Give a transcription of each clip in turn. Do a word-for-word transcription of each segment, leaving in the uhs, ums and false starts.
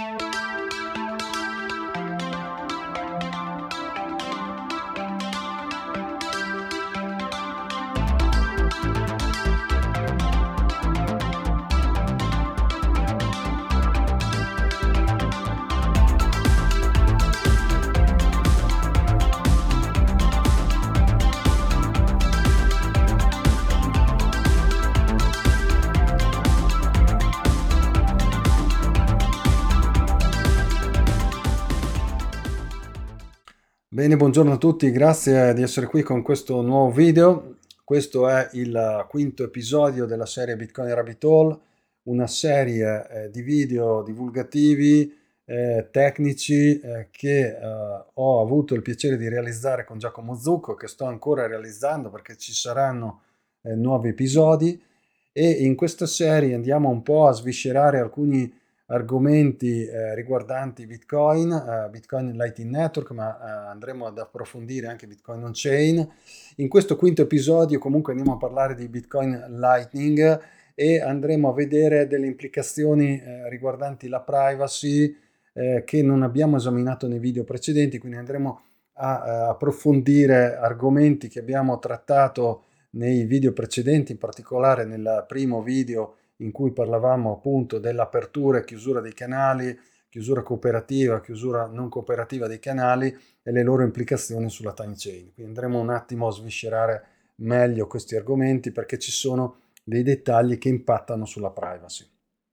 Bene, buongiorno a tutti, grazie di essere qui con questo nuovo video. Questo è il quinto episodio della serie Bitcoin Rabbit Hole, una serie eh, di video divulgativi, eh, tecnici eh, che eh, ho avuto il piacere di realizzare con Giacomo Zucco, che sto ancora realizzando perché ci saranno eh, nuovi episodi, e in questa serie andiamo un po' a sviscerare alcuni argomenti eh, riguardanti Bitcoin, eh, Bitcoin Lightning Network, ma eh, andremo ad approfondire anche Bitcoin on-chain. In questo quinto episodio comunque andiamo a parlare di Bitcoin Lightning e andremo a vedere delle implicazioni eh, riguardanti la privacy eh, che non abbiamo esaminato nei video precedenti, quindi andremo a, a approfondire argomenti che abbiamo trattato nei video precedenti, in particolare nel primo video in cui parlavamo appunto dell'apertura e chiusura dei canali, chiusura cooperativa, chiusura non cooperativa dei canali e le loro implicazioni sulla time chain. Quindi andremo un attimo a sviscerare meglio questi argomenti perché ci sono dei dettagli che impattano sulla privacy.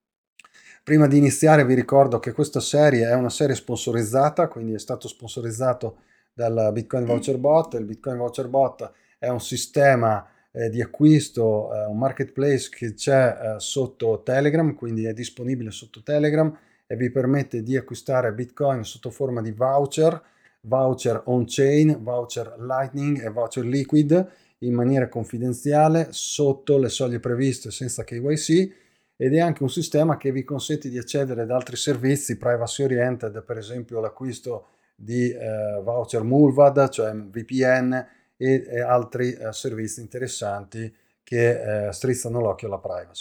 Prima di iniziare vi ricordo che questa serie è una serie sponsorizzata, quindi è stato sponsorizzato dal Bitcoin Voucher Bot. Il Bitcoin Voucher Bot è un sistema eh, di acquisto, eh, un marketplace che c'è eh, sotto Telegram, quindi è disponibile sotto Telegram e vi permette di acquistare Bitcoin sotto forma di voucher, voucher on-chain, voucher Lightning e voucher liquid in maniera confidenziale sotto le soglie previste senza K Y C, ed è anche un sistema che vi consente di accedere ad altri servizi privacy oriented, per esempio l'acquisto di eh, voucher Mullvad, cioè V P N, e, e altri eh, servizi interessanti che eh, strizzano l'occhio alla privacy.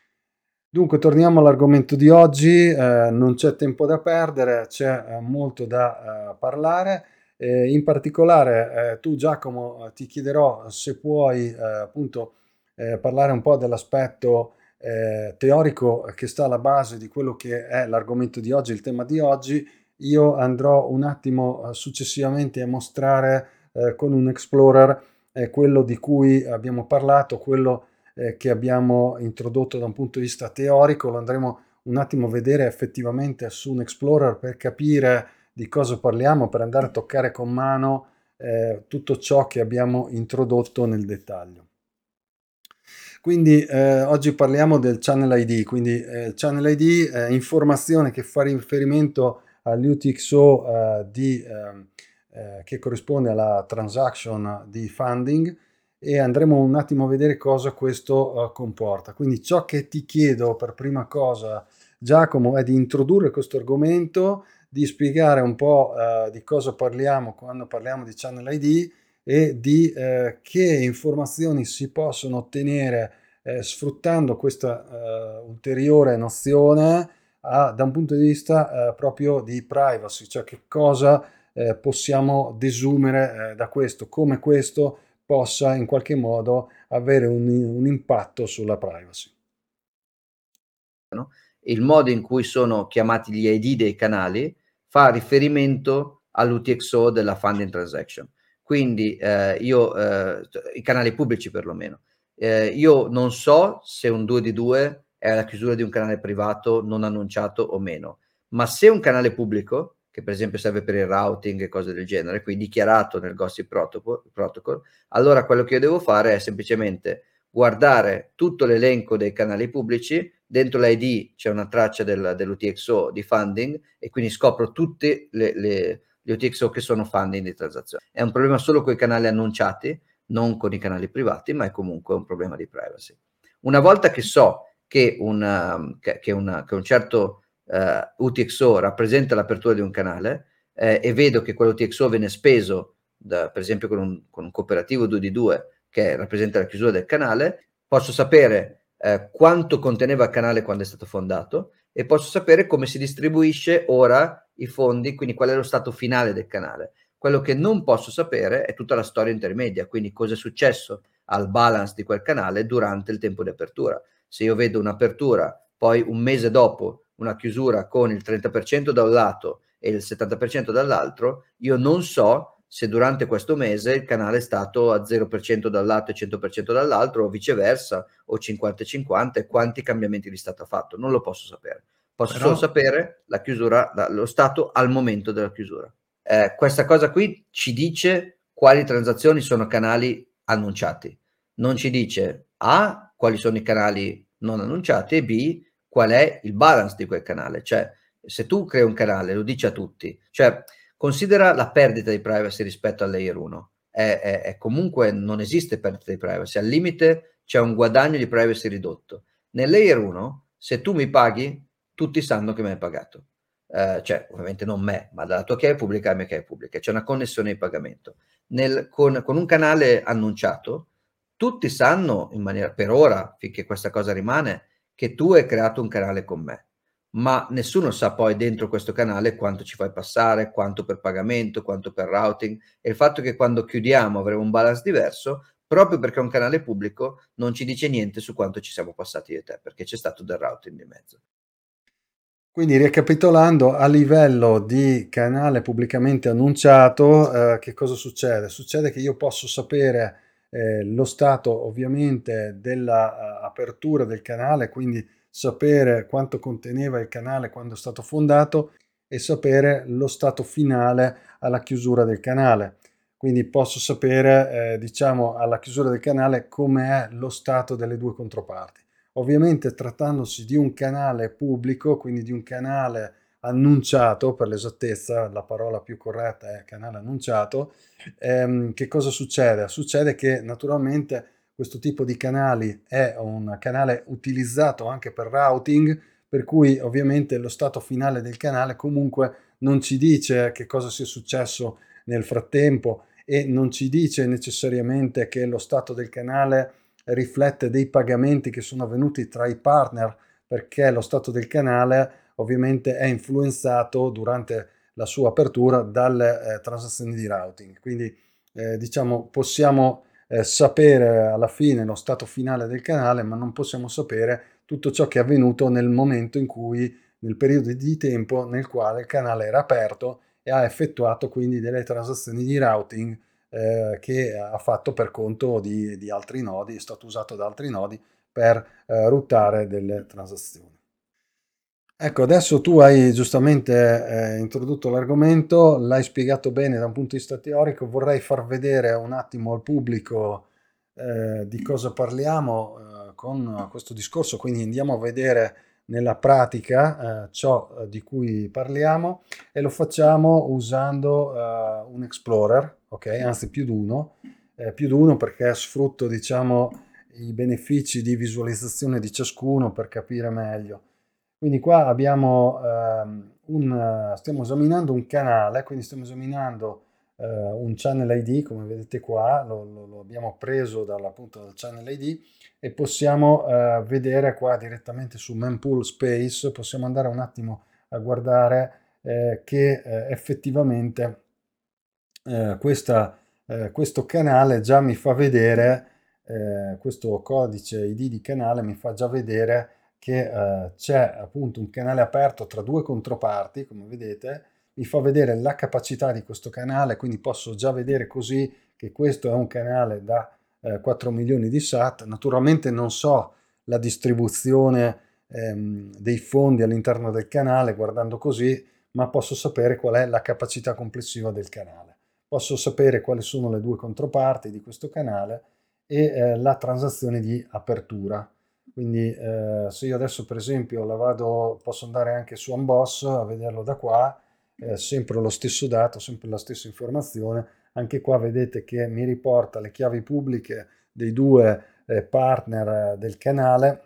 Dunque torniamo all'argomento di oggi, eh, non c'è tempo da perdere, c'è eh, molto da eh, parlare. Eh, in particolare eh, tu Giacomo ti chiederò se puoi eh, appunto eh, parlare un po' dell'aspetto eh, teorico che sta alla base di quello che è l'argomento di oggi, il tema di oggi. Io andrò un attimo eh, successivamente a mostrare eh, con un Explorer eh, quello di cui abbiamo parlato, quello eh, che abbiamo introdotto da un punto di vista teorico. Lo andremo un attimo a vedere effettivamente su un Explorer per capire di cosa parliamo, per andare a toccare con mano eh, tutto ciò che abbiamo introdotto nel dettaglio. Quindi eh, oggi parliamo del Channel I D, quindi eh, Channel I D è informazione che fa riferimento all'U T X O eh, di, eh, eh, che corrisponde alla transaction di funding, e andremo un attimo a vedere cosa questo uh, comporta. Quindi ciò che ti chiedo per prima cosa, Giacomo, è di introdurre questo argomento, di spiegare un po' uh, di cosa parliamo quando parliamo di Channel I D e di uh, che informazioni si possono ottenere uh, sfruttando questa uh, ulteriore nozione uh, da un punto di vista uh, proprio di privacy, cioè che cosa uh, possiamo desumere uh, da questo, come questo possa in qualche modo avere un, un impatto sulla privacy. Il modo in cui sono chiamati gli I D dei canali fa riferimento all'U T X O della funding transaction. Quindi eh, io, eh, i canali pubblici perlomeno, eh, io non so se un due di due è la chiusura di un canale privato non annunciato o meno, ma se un canale pubblico, che per esempio serve per il routing e cose del genere, quindi dichiarato nel Gossip Protocol, protocol, allora quello che io devo fare è semplicemente guardare tutto l'elenco dei canali pubblici, dentro l'I D c'è una traccia del, dell'U T X O di funding e quindi scopro tutte le, le, le U T X O che sono funding di transazioni. È un problema solo con i canali annunciati, non con i canali privati, ma è comunque un problema di privacy. Una volta che so che, una, che, che, una, che un certo uh, U T X O rappresenta l'apertura di un canale eh, e vedo che quell'U T X O viene speso da, per esempio con un, con un cooperativo due di due che rappresenta la chiusura del canale, posso sapere eh, quanto conteneva il canale quando è stato fondato, e posso sapere come si distribuisce ora i fondi, quindi qual è lo stato finale del canale. Quello che non posso sapere è tutta la storia intermedia, quindi cosa è successo al balance di quel canale durante il tempo di apertura. Se io vedo un'apertura, poi un mese dopo una chiusura con il trenta per cento da un lato e il settanta per cento dall'altro, io non so se durante questo mese il canale è stato a zero per cento da un lato e cento per cento dall'altro, o viceversa, o cinquanta e cinquanta, e quanti cambiamenti di stato ha fatto. Non lo posso sapere. Posso Però, solo sapere la chiusura, lo stato al momento della chiusura. Eh, questa cosa qui ci dice quali transazioni sono canali annunciati. Non ci dice A, quali sono i canali non annunciati, e B, qual è il balance di quel canale. Cioè, se tu crei un canale, lo dici a tutti, cioè considera la perdita di privacy rispetto al layer uno. È, è, è comunque non esiste perdita di privacy, al limite c'è un guadagno di privacy ridotto. Nel layer uno, se tu mi paghi, tutti sanno che mi hai pagato. Eh, cioè, ovviamente non me, ma dalla tua chiave pubblica alla mia chiave pubblica. C'è una connessione di pagamento. Nel, con, con un canale annunciato, tutti sanno in maniera, per ora, finché questa cosa rimane, che tu hai creato un canale con me, ma nessuno sa poi dentro questo canale quanto ci fai passare, quanto per pagamento, quanto per routing, e il fatto che quando chiudiamo avremo un balance diverso, proprio perché è un canale pubblico, non ci dice niente su quanto ci siamo passati io e te, perché c'è stato del routing di mezzo. quindi ricapitolando, a livello di canale pubblicamente annunciato, eh, che cosa succede? Succede che io posso sapere eh, lo stato ovviamente dell'apertura del canale, quindi sapere quanto conteneva il canale quando è stato fondato e sapere lo stato finale alla chiusura del canale. Quindi posso sapere, eh, diciamo, alla chiusura del canale com'è lo stato delle due controparti. Ovviamente trattandosi di un canale pubblico, quindi di un canale annunciato, per l'esattezza, la parola più corretta è canale annunciato, ehm, che cosa succede? Succede che naturalmente questo tipo di canali è un canale utilizzato anche per routing, per cui ovviamente lo stato finale del canale comunque non ci dice che cosa sia successo nel frattempo e non ci dice necessariamente che lo stato del canale riflette dei pagamenti che sono avvenuti tra i partner, perché lo stato del canale ovviamente è influenzato durante la sua apertura dalle eh, transazioni di routing. Quindi eh, diciamo possiamo eh, sapere alla fine lo stato finale del canale, ma non possiamo sapere tutto ciò che è avvenuto nel momento in cui, nel periodo di tempo nel quale il canale era aperto e ha effettuato quindi delle transazioni di routing eh, che ha fatto per conto di, di altri nodi, è stato usato da altri nodi per eh, routare delle transazioni. Ecco, adesso tu hai giustamente eh, introdotto l'argomento, l'hai spiegato bene da un punto di vista teorico, vorrei far vedere un attimo al pubblico eh, di cosa parliamo eh, con questo discorso, quindi andiamo a vedere nella pratica eh, ciò eh, di cui parliamo e lo facciamo usando eh, un Explorer, ok? Anzi più di uno, eh, più di uno perché sfrutto diciamo i benefici di visualizzazione di ciascuno per capire meglio. Quindi qua abbiamo ehm, un, stiamo esaminando un canale, quindi stiamo esaminando eh, un channel I D, come vedete qua, lo, lo- lo abbiamo preso dalla, appunto dal channel I D e possiamo eh, vedere qua direttamente su Mempool Space, possiamo andare un attimo a guardare eh, che eh, effettivamente eh, questa, eh, questo canale già mi fa vedere, eh, questo codice I D di canale mi fa già vedere che eh, c'è appunto un canale aperto tra due controparti, come vedete, mi fa vedere la capacità di questo canale, quindi posso già vedere così che questo è un canale da eh, quattro milioni di sat. Naturalmente non so la distribuzione ehm, dei fondi all'interno del canale guardando così, ma posso sapere qual è la capacità complessiva del canale. Posso sapere quali sono le due controparti di questo canale e eh, la transazione di apertura. Quindi eh, se io adesso per esempio la vado, posso andare anche su Amboss a vederlo da qua, eh, sempre lo stesso dato, sempre la stessa informazione. Anche qua vedete che mi riporta le chiavi pubbliche dei due eh, partner eh, del canale,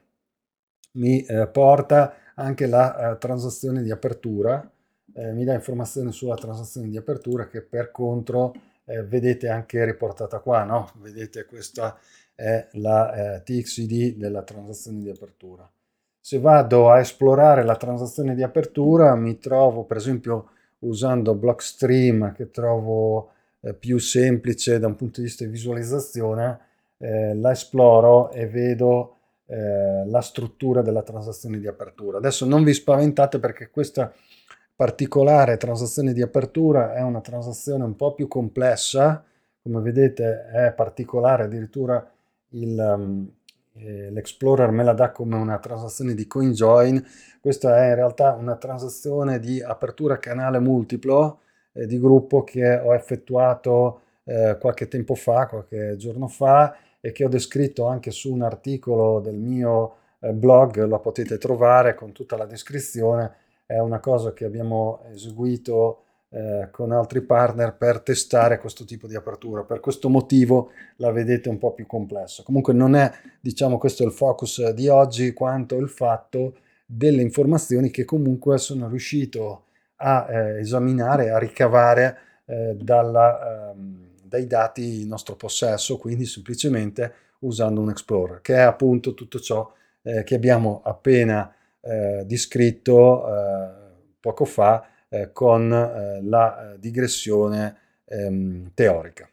mi eh, porta anche la eh, transazione di apertura, eh, mi dà informazioni sulla transazione di apertura che per contro eh, vedete anche riportata qua, no? Vedete questa è la eh, T X I D della transazione di apertura. Se vado a esplorare la transazione di apertura, mi trovo per esempio usando Blockstream, che trovo eh, più semplice da un punto di vista di visualizzazione, eh, la esploro e vedo eh, la struttura della transazione di apertura. Adesso non vi spaventate, perché questa particolare transazione di apertura è una transazione un po' più complessa. Come vedete è particolare, addirittura il, um, eh, l'Explorer me la dà come una transazione di CoinJoin. Questa è in realtà una transazione di apertura canale multiplo eh, di gruppo, che ho effettuato eh, qualche tempo fa, qualche giorno fa, e che ho descritto anche su un articolo del mio eh, blog. Lo potete trovare con tutta la descrizione. È una cosa che abbiamo eseguito eh, con altri partner per testare questo tipo di apertura. Per questo motivo la vedete un po' più complessa. Comunque non è, diciamo, questo è il focus di oggi, quanto il fatto delle informazioni che comunque sono riuscito a eh, esaminare, a ricavare eh, dalla, ehm, dai dati in nostro possesso, quindi semplicemente usando un Explorer, che è appunto tutto ciò eh, che abbiamo appena eh, descritto eh, poco fa eh, con eh, la eh, digressione ehm, teorica.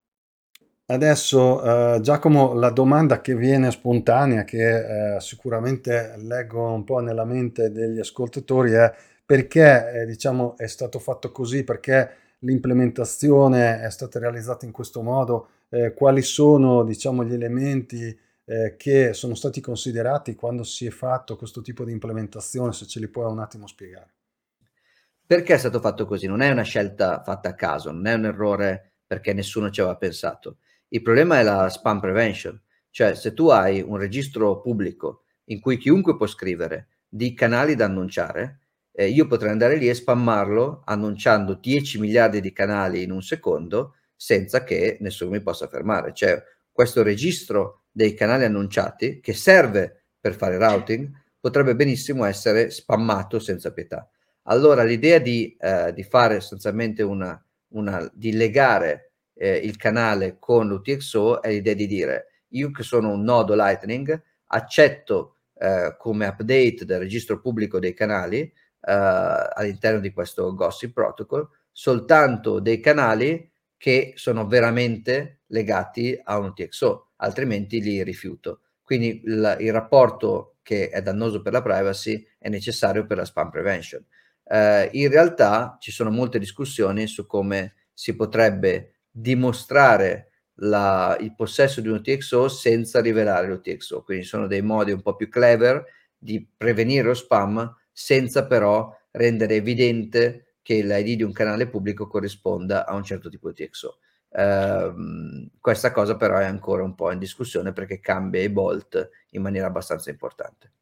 Adesso, eh, Giacomo, la domanda che viene spontanea, che eh, sicuramente leggo un po' nella mente degli ascoltatori, è perché, eh, diciamo, è stato fatto così, perché l'implementazione è stata realizzata in questo modo, eh, quali sono, diciamo, gli elementi eh, che sono stati considerati quando si è fatto questo tipo di implementazione, se ce li puoi un attimo spiegare. Perché è stato fatto così? Non è una scelta fatta a caso, non è un errore perché nessuno ci aveva pensato. Il problema è la spam prevention, cioè se tu hai un registro pubblico in cui chiunque può scrivere di canali da annunciare, eh, io potrei andare lì e spammarlo annunciando dieci miliardi di canali in un secondo senza che nessuno mi possa fermare. Cioè questo registro dei canali annunciati, che serve per fare routing, potrebbe benissimo essere spammato senza pietà. Allora l'idea di, eh, di fare sostanzialmente una, una di legare eh, il canale con l'U T X O è l'idea di dire: io che sono un nodo Lightning accetto eh, come update del registro pubblico dei canali eh, all'interno di questo Gossip Protocol soltanto dei canali che sono veramente legati a un U T X O, altrimenti li rifiuto. Quindi il, il rapporto che è dannoso per la privacy è necessario per la spam prevention. Eh, in realtà ci sono molte discussioni su come si potrebbe dimostrare la, il possesso di un U T X O senza rivelare l'U T X O, quindi sono dei modi un po' più clever di prevenire lo spam senza però rendere evidente che l'I D di un canale pubblico corrisponda a un certo tipo di U T X O. Eh, questa cosa però è ancora un po' in discussione perché cambia i bolt in maniera abbastanza importante.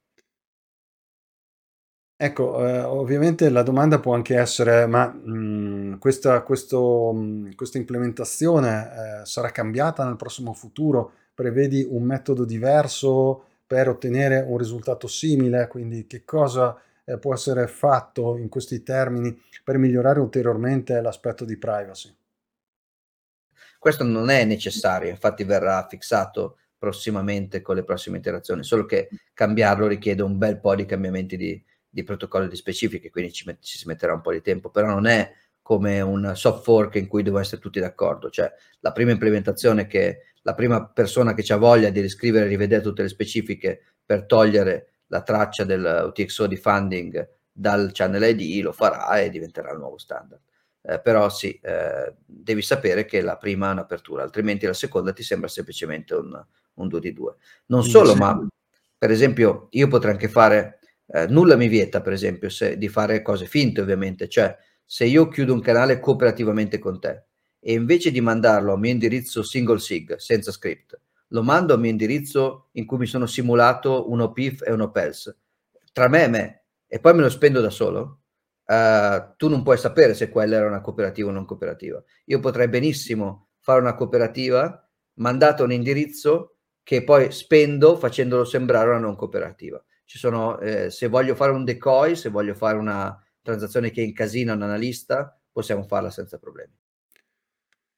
Ecco, eh, ovviamente la domanda può anche essere, ma mh, questa, questo, mh, questa implementazione eh, sarà cambiata nel prossimo futuro? Prevedi un metodo diverso per ottenere un risultato simile? Quindi che cosa eh, può essere fatto in questi termini per migliorare ulteriormente l'aspetto di privacy? Questo non è necessario, infatti verrà fissato prossimamente con le prossime interazioni, solo che cambiarlo richiede un bel po' di cambiamenti di, di protocolli di specifiche, quindi ci, met- ci si metterà un po' di tempo, però non è come un soft fork in cui devono essere tutti d'accordo, cioè la prima implementazione che la prima persona che ha voglia di riscrivere e rivedere tutte le specifiche per togliere la traccia del U T X O di funding dal channel I D lo farà e diventerà il nuovo standard. Eh, però sì, eh, devi sapere che la prima è un'apertura, altrimenti la seconda ti sembra semplicemente un, un due di due. Non Un solo, dis- ma per esempio io potrei anche fare, eh, nulla mi vieta per esempio se, di fare cose finte ovviamente, cioè se io chiudo un canale cooperativamente con te e invece di mandarlo a mio indirizzo single sig senza script, lo mando a mio indirizzo in cui mi sono simulato un O P I F e un O P E L S, tra me e me, e poi me lo spendo da solo, uh, tu non puoi sapere se quella era una cooperativa o non cooperativa. Io potrei benissimo fare una cooperativa mandata a un indirizzo che poi spendo facendolo sembrare una non cooperativa. Ci sono, eh, se voglio fare un decoy, se voglio fare una transazione che incasina un analista, possiamo farla senza problemi.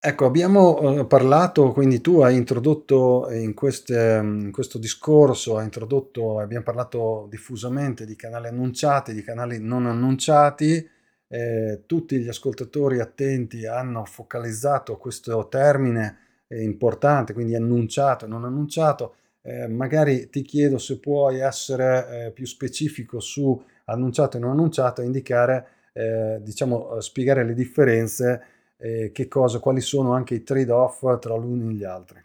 Ecco, abbiamo eh, parlato, quindi tu hai introdotto in, queste, in questo discorso, hai introdotto, abbiamo parlato diffusamente di canali annunciati, di canali non annunciati. Eh, tutti gli ascoltatori attenti hanno focalizzato questo termine eh, importante, quindi annunciato e non annunciato. Eh, magari ti chiedo se puoi essere eh, più specifico su annunciato e non annunciato e indicare, eh, diciamo, eh, spiegare le differenze, eh, che cosa, quali sono anche i trade-off tra l'uno e gli altri.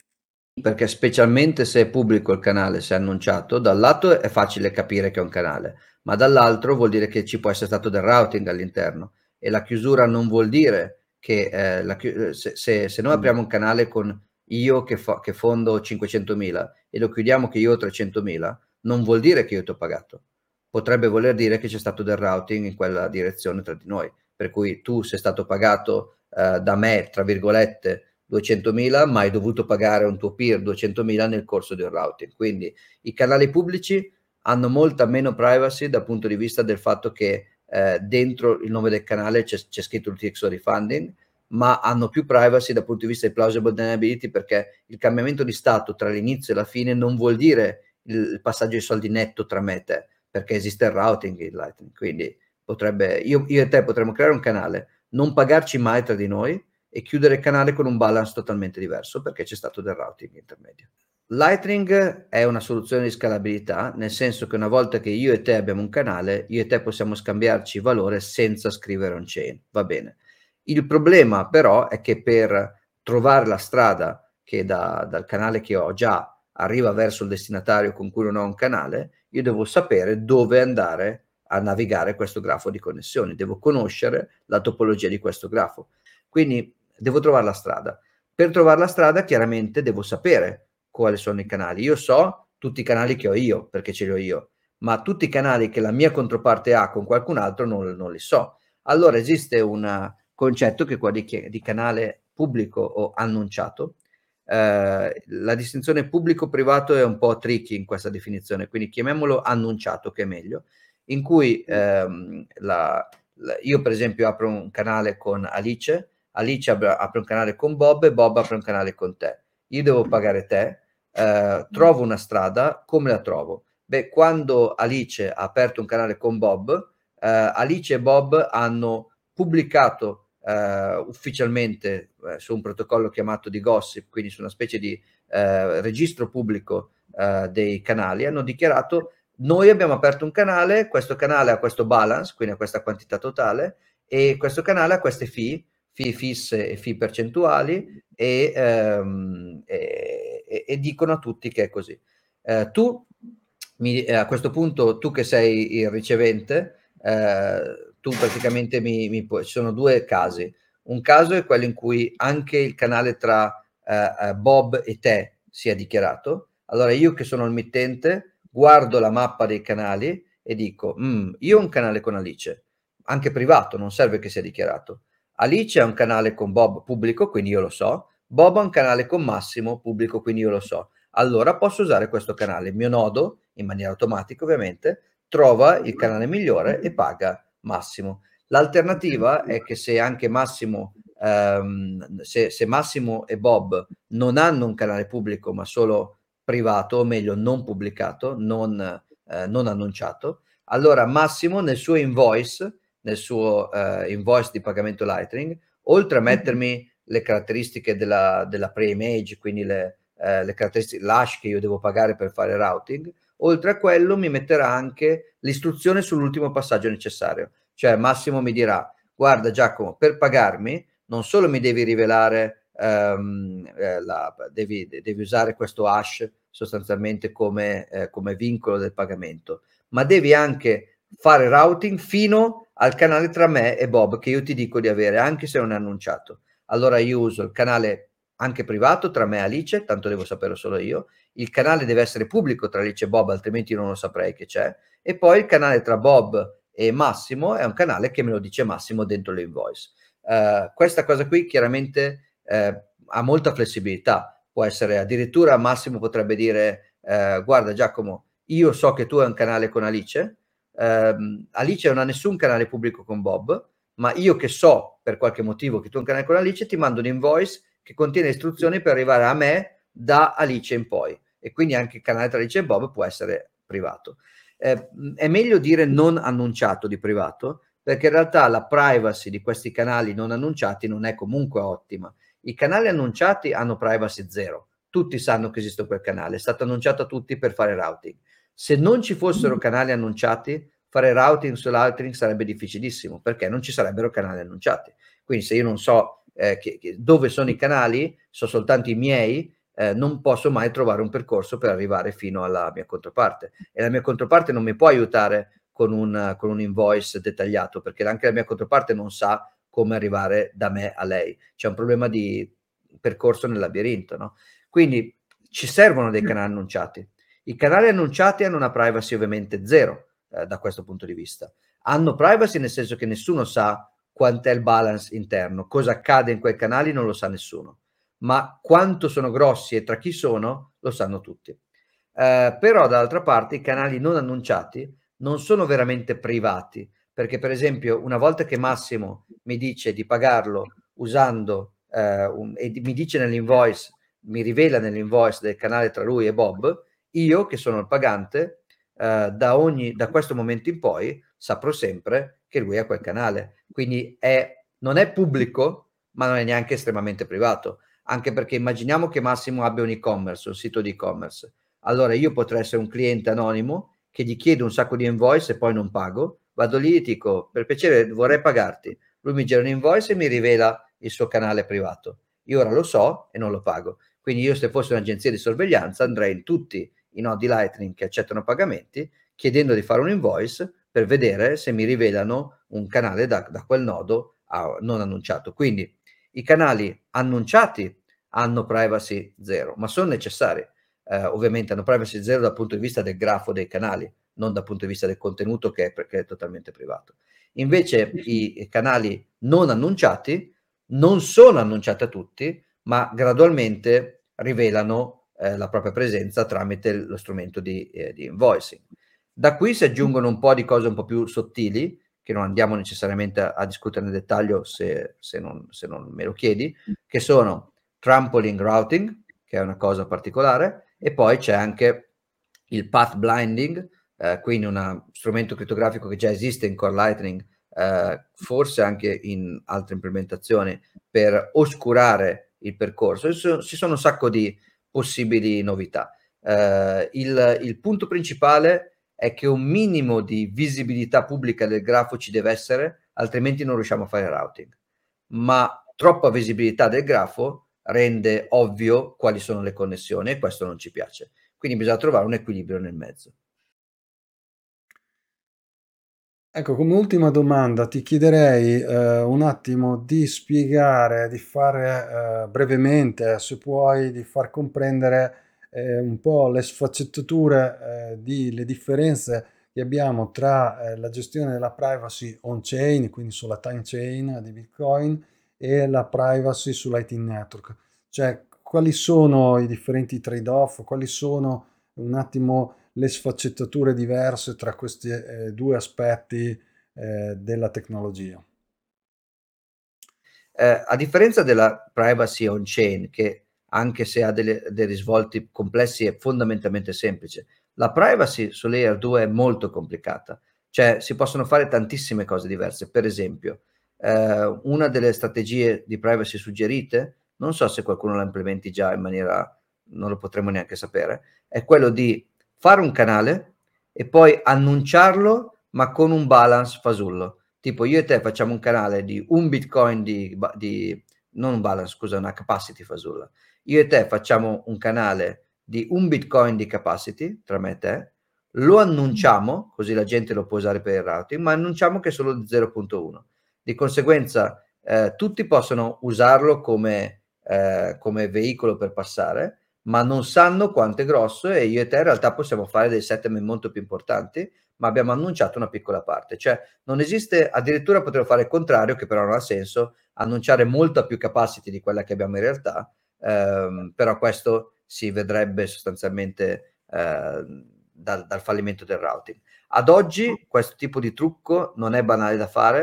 Perché specialmente se è pubblico il canale, se è annunciato, da un lato è facile capire che è un canale, ma dall'altro vuol dire che ci può essere stato del routing all'interno, e la chiusura non vuol dire che eh, la chi- se, se, se noi Mm. apriamo un canale con io che, fa, che fondo cinquecentomila e lo chiudiamo che io ho trecentomila, non vuol dire che io ti ho pagato. Potrebbe voler dire che c'è stato del routing in quella direzione tra di noi, per cui tu sei stato pagato eh, da me, tra virgolette, duecentomila, ma hai dovuto pagare a un tuo peer duecentomila nel corso del routing. Quindi i canali pubblici hanno molta meno privacy dal punto di vista del fatto che eh, dentro il nome del canale c'è, c'è scritto il T X O refunding, ma hanno più privacy dal punto di vista di plausible deniability, perché il cambiamento di stato tra l'inizio e la fine non vuol dire il, il passaggio di soldi netto tra me e te, perché esiste il routing in Lightning. Quindi potrebbe, io, io e te potremmo creare un canale, non pagarci mai tra di noi e chiudere il canale con un balance totalmente diverso perché c'è stato del routing intermedio. Lightning è una soluzione di scalabilità, nel senso che una volta che io e te abbiamo un canale, io e te possiamo scambiarci valore senza scrivere on chain, va bene. Il problema però è che per trovare la strada che da, dal canale che ho già arriva verso il destinatario con cui non ho un canale, io devo sapere dove andare a navigare questo grafo di connessioni, devo conoscere la topologia di questo grafo. Quindi devo trovare la strada. Per trovare la strada, chiaramente devo sapere quali sono i canali. Io so tutti i canali che ho io, perché ce li ho io, ma tutti i canali che la mia controparte ha con qualcun altro non, non li so. Allora esiste un concetto che è quello di, di canale pubblico o annunciato. Eh, la distinzione pubblico-privato è un po' tricky in questa definizione, quindi chiamiamolo annunciato, che è meglio, in cui ehm, la, la, io per esempio apro un canale con Alice, Alice apre un canale con Bob e Bob apre un canale con te. Io devo pagare te, eh, trovo una strada, come la trovo? Beh, quando Alice ha aperto un canale con Bob, eh, Alice e Bob hanno pubblicato eh, ufficialmente eh, su un protocollo chiamato di gossip, quindi su una specie di eh, registro pubblico eh, dei canali, hanno dichiarato: noi abbiamo aperto un canale, questo canale ha questo balance, quindi ha questa quantità totale, e questo canale ha queste fee, fee fisse e fee percentuali, e, ehm, e, e, e dicono a tutti che è così. Eh, tu, mi, eh, a questo punto, tu che sei il ricevente, eh, tu praticamente mi, mi puoi, ci sono due casi. Un caso è quello in cui anche il canale tra eh, Bob e te sia dichiarato. Allora io che sono il mittente guardo la mappa dei canali e dico: mm, io ho un canale con Alice, anche privato, non serve che sia dichiarato. Alice ha un canale con Bob pubblico, quindi io lo so. Bob ha un canale con Massimo pubblico, quindi io lo so. Allora posso usare questo canale. Il mio nodo, in maniera automatica ovviamente, trova il canale migliore e paga Massimo. L'alternativa è che se anche Massimo, ehm, se, se Massimo e Bob non hanno un canale pubblico ma solo privato, o meglio non pubblicato, non, eh, non annunciato, allora Massimo nel suo invoice, nel suo eh, invoice di pagamento Lightning, oltre a mettermi le caratteristiche della, della pre-image, quindi le, eh, le caratteristiche, l'hash che io devo pagare per fare routing, oltre a quello mi metterà anche l'istruzione sull'ultimo passaggio necessario. Cioè Massimo mi dirà: guarda Giacomo, per pagarmi non solo mi devi rivelare, ehm, eh, la, devi, devi usare questo hash sostanzialmente come, eh, come vincolo del pagamento, ma devi anche fare routing fino al canale tra me e Bob che io ti dico di avere, anche se non è annunciato. Allora io uso il canale anche privato tra me e Alice, tanto devo saperlo solo io. Il canale deve essere pubblico tra Alice e Bob, altrimenti non lo saprei che c'è. E poi il canale tra Bob e Massimo è un canale che me lo dice Massimo dentro l'invoice. Uh, questa cosa qui chiaramente uh, ha molta flessibilità. Può essere addirittura Massimo potrebbe dire: uh, guarda Giacomo, io so che tu hai un canale con Alice, uh, Alice non ha nessun canale pubblico con Bob, ma io che so per qualche motivo che tu hai un canale con Alice, ti mando un invoice che contiene istruzioni per arrivare a me da Alice in poi, e quindi anche il canale tra Alice e Bob può essere privato. Eh, è meglio dire non annunciato di privato, perché in realtà la privacy di questi canali non annunciati non è comunque ottima. I canali annunciati hanno privacy zero, tutti sanno che esiste quel canale, è stato annunciato a tutti per fare routing. Se non ci fossero canali annunciati, fare routing sull'routing sarebbe difficilissimo, perché non ci sarebbero canali annunciati. Quindi se io non so eh, che, che, dove sono i canali, so soltanto i miei, eh, non posso mai trovare un percorso per arrivare fino alla mia controparte. E la mia controparte non mi può aiutare con un, con un invoice dettagliato, perché anche la mia controparte non sa come arrivare da me a lei. C'è un problema di percorso nel labirinto, no? Quindi ci servono dei canali annunciati. I canali annunciati hanno una privacy ovviamente zero eh, da questo punto di vista. Hanno privacy nel senso che nessuno sa quant'è il balance interno, cosa accade in quei canali non lo sa nessuno, ma quanto sono grossi e tra chi sono lo sanno tutti. Eh, però dall'altra parte i canali non annunciati non sono veramente privati, perché per esempio una volta che Massimo mi dice di pagarlo usando eh, un, e mi dice nell'invoice, mi rivela nell'invoice del canale tra lui e Bob, io che sono il pagante eh, da, ogni, da questo momento in poi saprò sempre che lui ha quel canale, quindi è, non è pubblico ma non è neanche estremamente privato, anche perché immaginiamo che Massimo abbia un e-commerce, un sito di e-commerce, allora io potrei essere un cliente anonimo che gli chiedo un sacco di invoice e poi non pago, vado lì e dico per piacere vorrei pagarti, lui mi gira un invoice e mi rivela il suo canale privato, io ora lo so e non lo pago, quindi io se fossi un'agenzia di sorveglianza andrei in tutti i nodi Lightning che accettano pagamenti chiedendo di fare un invoice per vedere se mi rivelano un canale da, da quel nodo a, non annunciato. Quindi i canali annunciati hanno privacy zero, ma sono necessari. Eh, ovviamente hanno privacy zero dal punto di vista del grafo dei canali, non dal punto di vista del contenuto che è, perché è totalmente privato. Invece i, i canali non annunciati non sono annunciati a tutti, ma gradualmente rivelano eh, la propria presenza tramite lo strumento di, eh, di invoicing. Da qui si aggiungono un po' di cose un po' più sottili, che non andiamo necessariamente a, a discutere nel dettaglio se, se, non, se non me lo chiedi, che sono trampoline routing, che è una cosa particolare, e poi c'è anche il path blinding, eh, quindi uno strumento crittografico che già esiste in Core Lightning, eh, forse anche in altre implementazioni, per oscurare il percorso. Ci sono un sacco di possibili novità. Eh, il, il punto principale è che un minimo di visibilità pubblica del grafo ci deve essere, altrimenti non riusciamo a fare routing. Ma troppa visibilità del grafo rende ovvio quali sono le connessioni e questo non ci piace. Quindi bisogna trovare un equilibrio nel mezzo. Ecco, come ultima domanda ti chiederei eh, un attimo di spiegare, di fare eh, brevemente, se puoi, di far comprendere eh, un po' le sfaccettature, eh, di, le differenze che abbiamo tra eh, la gestione della privacy on-chain, quindi sulla time chain di Bitcoin, e la privacy su Lightning Network. Cioè, quali sono i differenti trade-off, quali sono un attimo le sfaccettature diverse tra questi eh, due aspetti eh, della tecnologia. Eh, a differenza della privacy on-chain, che anche se ha delle, dei risvolti complessi è fondamentalmente semplice, la privacy su layer due è molto complicata, cioè si possono fare tantissime cose diverse. Per esempio, eh, una delle strategie di privacy suggerite, non so se qualcuno la implementi già in maniera, non lo potremmo neanche sapere, è quello di fare un canale e poi annunciarlo ma con un balance fasullo. Tipo io e te facciamo un canale di un bitcoin di, di non un balance, scusa, una capacity fasulla. Io e te facciamo un canale di un bitcoin di capacity tra me e te, lo annunciamo, così la gente lo può usare per il routing, ma annunciamo che è solo di zero virgola uno. Di conseguenza eh, tutti possono usarlo come, eh, come veicolo per passare, ma non sanno quanto è grosso e io e te in realtà possiamo fare dei settlement molto più importanti, ma abbiamo annunciato una piccola parte. Cioè non esiste, addirittura potremmo fare il contrario, che però non ha senso, annunciare molta più capacity di quella che abbiamo in realtà, ehm, però questo si vedrebbe sostanzialmente eh, dal, dal fallimento del routing. Ad oggi questo tipo di trucco non è banale da fare,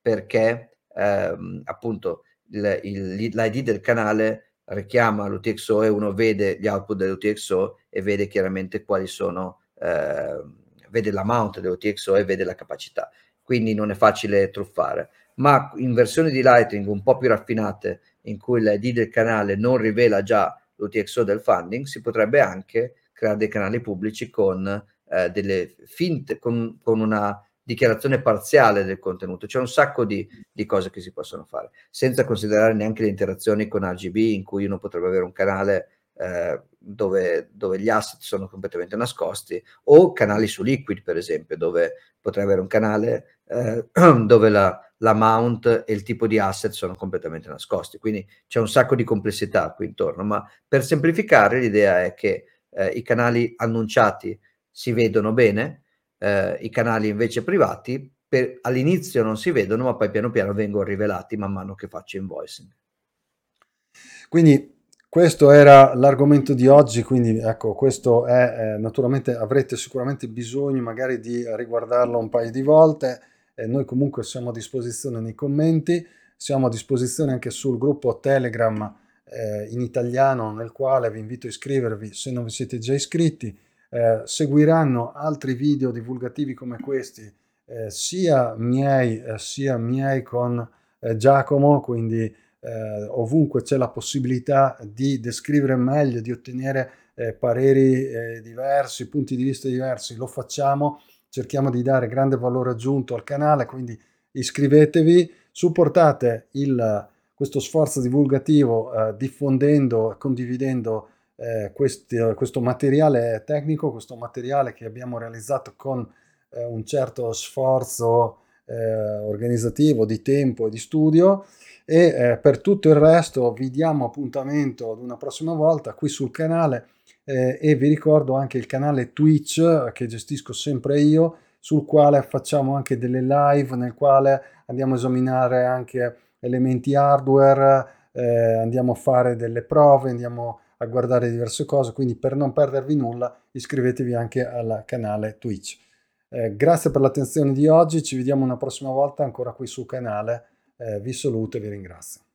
perché ehm, appunto il, il, l'I D del canale richiama l'U T X O e uno vede gli output dell'U T X O e vede chiaramente quali sono, eh, vede l'amount dell'U T X O e vede la capacità, quindi non è facile truffare. Ma in versioni di Lightning un po' più raffinate, in cui l'I D del canale non rivela già l'U T X O del funding, si potrebbe anche creare dei canali pubblici con eh, delle finte, con, con una dichiarazione parziale del contenuto. C'è un sacco di, di cose che si possono fare, senza considerare neanche le interazioni con R G B, in cui uno potrebbe avere un canale eh, dove, dove gli asset sono completamente nascosti, o canali su Liquid, per esempio, dove potrei avere un canale eh, dove la, la mount e il tipo di asset sono completamente nascosti. Quindi c'è un sacco di complessità qui intorno, ma per semplificare l'idea è che eh, i canali annunciati si vedono bene, eh, i canali invece privati per, all'inizio non si vedono, ma poi piano piano vengono rivelati man mano che faccio invoicing. Quindi questo era l'argomento di oggi, quindi ecco, questo è, eh, naturalmente avrete sicuramente bisogno magari di riguardarlo un paio di volte, eh, noi comunque siamo a disposizione nei commenti, siamo a disposizione anche sul gruppo Telegram eh, in italiano, nel quale vi invito a iscrivervi se non vi siete già iscritti. Eh, seguiranno altri video divulgativi come questi, eh, sia miei eh, sia miei con eh, Giacomo, quindi eh, ovunque c'è la possibilità di descrivere meglio, di ottenere eh, pareri eh, diversi, punti di vista diversi, lo facciamo, cerchiamo di dare grande valore aggiunto al canale, quindi iscrivetevi, supportate il, questo sforzo divulgativo eh, diffondendo e condividendo eh, questi, questo materiale tecnico, questo materiale che abbiamo realizzato con eh, un certo sforzo eh, organizzativo, di tempo e di studio. E eh, per tutto il resto vi diamo appuntamento ad una prossima volta qui sul canale eh, e vi ricordo anche il canale Twitch eh, che gestisco sempre io, sul quale facciamo anche delle live nel quale andiamo a esaminare anche elementi hardware, eh, andiamo a fare delle prove, andiamo a guardare diverse cose, quindi per non perdervi nulla iscrivetevi anche al canale Twitch. Eh, grazie per l'attenzione di oggi, ci vediamo una prossima volta ancora qui sul canale, eh, vi saluto e vi ringrazio.